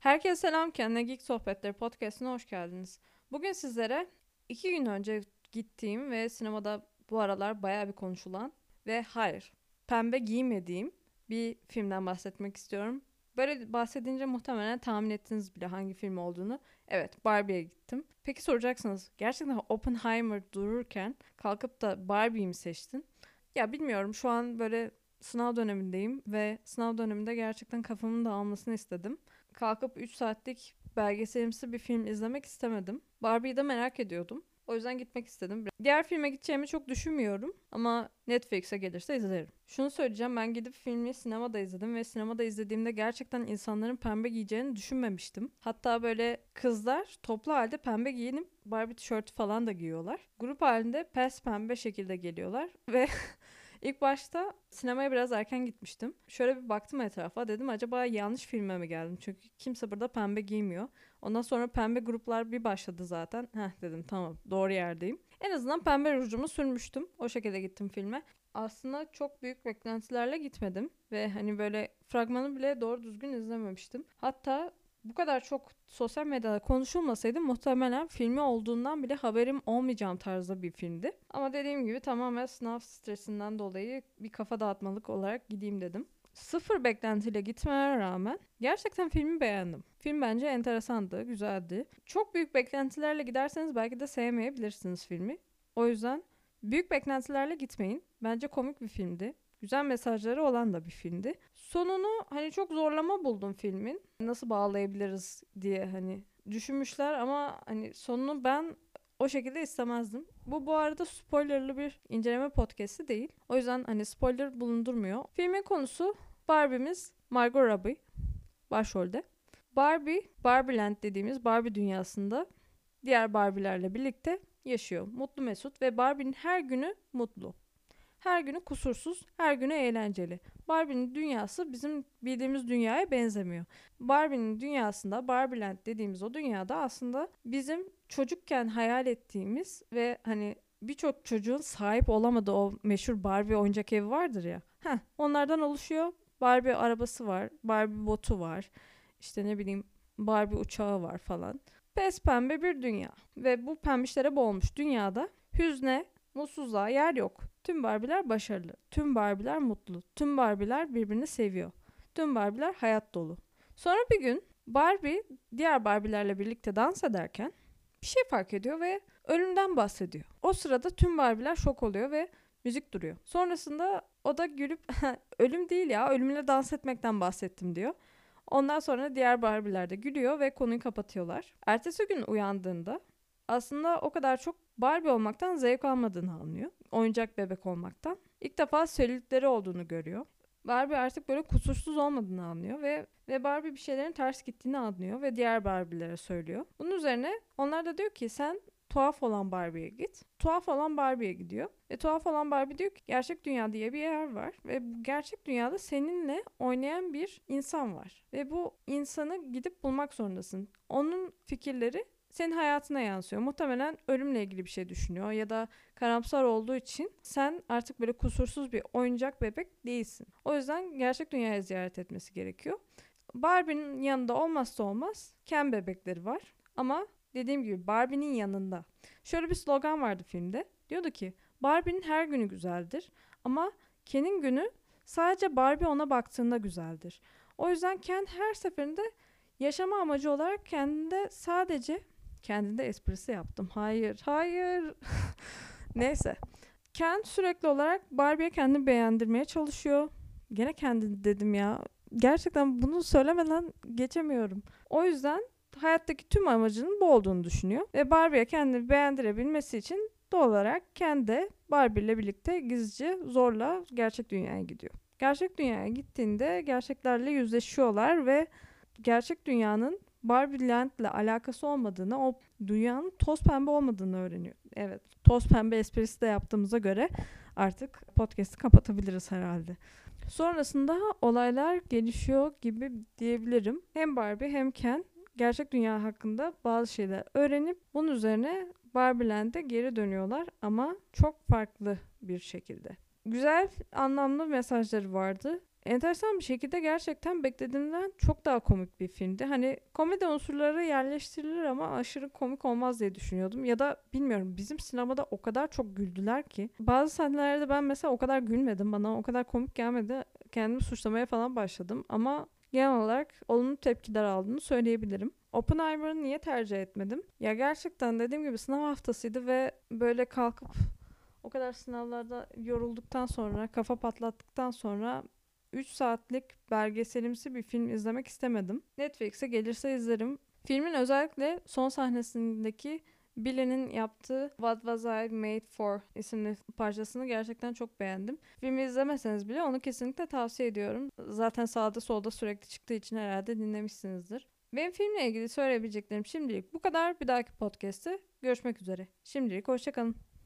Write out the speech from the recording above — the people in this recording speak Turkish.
Herkese selam, Kendine Geek Sohbetleri podcastine hoş geldiniz. Bugün sizlere 2 gün önce gittiğim ve sinemada bu aralar bayağı bir konuşulan ve hayır, pembe giymediğim bir filmden bahsetmek istiyorum. Böyle bahsedince muhtemelen tahmin ettiniz bile hangi film olduğunu. Evet, Barbie'ye gittim. Peki soracaksınız, gerçekten Oppenheimer dururken kalkıp da Barbie'yi mi seçtin? Ya bilmiyorum, şu an böyle sınav dönemindeyim ve sınav döneminde gerçekten kafamın dağılmasını istedim. Kalkıp 3 saatlik belgeselimsi bir film izlemek istemedim. Barbie'yi de merak ediyordum. O yüzden gitmek istedim. Diğer filme gideceğimi çok düşünmüyorum ama Netflix'e gelirse izlerim. Şunu söyleyeceğim, ben gidip filmi sinemada izledim ve sinemada izlediğimde gerçekten insanların pembe giyeceğini düşünmemiştim. Hatta böyle kızlar toplu halde pembe giyinip Barbie tişörtü falan da giyiyorlar. Grup halinde pes pembe şekilde geliyorlar ve İlk başta sinemaya biraz erken gitmiştim. Şöyle bir baktım etrafa, dedim acaba yanlış filme mi geldim? Çünkü kimse burada pembe giymiyor. Ondan sonra pembe gruplar bir başladı zaten. Heh dedim, tamam, doğru yerdeyim. En azından pembe rujumu sürmüştüm. O şekilde gittim filme. Aslında çok büyük beklentilerle gitmedim. Ve hani böyle fragmanı bile doğru düzgün izlememiştim. Hatta bu kadar çok sosyal medyada konuşulmasaydı muhtemelen filmi olduğundan bile haberim olmayacağım tarzda bir filmdi. Ama dediğim gibi tamamen sınav stresinden dolayı bir kafa dağıtmalık olarak gideyim dedim. Sıfır beklentiyle gitmeme rağmen gerçekten filmi beğendim. Film bence enteresandı, güzeldi. Çok büyük beklentilerle giderseniz belki de sevmeyebilirsiniz filmi. O yüzden büyük beklentilerle gitmeyin. Bence komik bir filmdi. Güzel mesajları olan da bir filmdi. Sonunu hani çok zorlama buldum filmin. Nasıl bağlayabiliriz diye hani düşünmüşler ama hani sonunu ben o şekilde istemezdim. Bu arada spoilerlı bir inceleme podcast'i değil. O yüzden hani spoiler bulundurmuyor. Filmin konusu Barbie'miz Margot Robbie başrolde. Barbie, Barbieland dediğimiz Barbie dünyasında diğer Barbie'lerle birlikte yaşıyor. Mutlu mesut ve Barbie'nin her günü mutlu. Her günü kusursuz, her günü eğlenceli. Barbie'nin dünyası bizim bildiğimiz dünyaya benzemiyor. Barbie'nin dünyasında, Barbieland dediğimiz o dünyada aslında bizim çocukken hayal ettiğimiz ve hani birçok çocuğun sahip olamadığı o meşhur Barbie oyuncak evi vardır ya. Onlardan oluşuyor. Barbie arabası var, Barbie botu var. İşte ne bileyim, Barbie uçağı var falan. Pes pembe bir dünya ve bu pembişlere boğulmuş dünyada hüzne, mutsuzluğa yer yok. Tüm Barbie'ler başarılı. Tüm Barbie'ler mutlu. Tüm Barbie'ler birbirini seviyor. Tüm Barbie'ler hayat dolu. Sonra bir gün Barbie diğer Barbie'lerle birlikte dans ederken bir şey fark ediyor ve ölümden bahsediyor. O sırada tüm Barbie'ler şok oluyor ve müzik duruyor. Sonrasında o da gülüp ölüm değil ya, ölümle dans etmekten bahsettim diyor. Ondan sonra diğer Barbie'ler de gülüyor ve konuyu kapatıyorlar. Ertesi gün uyandığında aslında o kadar çok Barbie olmaktan zevk almadığını anlıyor. Oyuncak bebek olmaktan. İlk defa selülitleri olduğunu görüyor. Barbie artık böyle kusursuz olmadığını anlıyor ve Barbie bir şeylerin ters gittiğini anlıyor ve diğer Barbie'lere söylüyor. Bunun üzerine onlar da diyor ki sen tuhaf olan Barbie'ye git. Tuhaf olan Barbie'ye gidiyor. Ve tuhaf olan Barbie diyor ki gerçek dünya diye bir yer var. Ve bu gerçek dünyada seninle oynayan bir insan var. Ve bu insanı gidip bulmak zorundasın. Onun fikirleri senin hayatına yansıyor. Muhtemelen ölümle ilgili bir şey düşünüyor ya da karamsar olduğu için sen artık böyle kusursuz bir oyuncak bebek değilsin. O yüzden gerçek dünyayı ziyaret etmesi gerekiyor. Barbie'nin yanında olmazsa olmaz Ken bebekleri var. Ama dediğim gibi Barbie'nin yanında. Şöyle bir slogan vardı filmde. Diyordu ki Barbie'nin her günü güzeldir ama Ken'in günü sadece Barbie ona baktığında güzeldir. O yüzden Ken her seferinde yaşama amacı olarak kendinde esprisi yaptım. Hayır. Neyse. Ken sürekli olarak Barbie'ye kendini beğendirmeye çalışıyor. Gene kendini dedim ya. Gerçekten bunu söylemeden geçemiyorum. O yüzden hayattaki tüm amacının bu olduğunu düşünüyor. Ve Barbie'ye kendini beğendirebilmesi için doğal olarak kendi Barbie ile birlikte gizlice zorla gerçek dünyaya gidiyor. Gerçek dünyaya gittiğinde gerçeklerle yüzleşiyorlar ve gerçek dünyanın Barbie Land'le alakası olmadığını, o dünyanın toz pembe olmadığını öğreniyor. Evet, toz pembe esprisi de yaptığımıza göre artık podcast'ı kapatabiliriz herhalde. Sonrasında olaylar gelişiyor gibi diyebilirim. Hem Barbie hem Ken gerçek dünya hakkında bazı şeyler öğrenip bunun üzerine Barbie Land'e geri dönüyorlar ama çok farklı bir şekilde. Güzel, anlamlı mesajları vardı. enteresan bir şekilde gerçekten beklediğimden çok daha komik bir filmdi. Hani komedi unsurları yerleştirilir ama aşırı komik olmaz diye düşünüyordum. Ya da bilmiyorum, bizim sinemada o kadar çok güldüler ki. Bazı sahnelerde ben mesela o kadar gülmedim. Bana o kadar komik gelmedi. Kendimi suçlamaya falan başladım. Ama genel olarak olumlu tepkiler aldığını söyleyebilirim. Oppenheimer'ı niye tercih etmedim? Ya gerçekten dediğim gibi sınav haftasıydı ve böyle kalkıp o kadar sınavlarda yorulduktan sonra, kafa patlattıktan sonra 3 saatlik belgeselimsi bir film izlemek istemedim. Netflix'e gelirse izlerim. Filmin özellikle son sahnesindeki Billy'nin yaptığı What Was I Made For isimli parçasını gerçekten çok beğendim. Filmi izlemeseniz bile onu kesinlikle tavsiye ediyorum. Zaten sağda solda sürekli çıktığı için herhalde dinlemişsinizdir. Benim filmle ilgili söyleyebileceklerim şimdilik bu kadar. Bir dahaki podcast'te görüşmek üzere. Şimdilik hoşça kalın.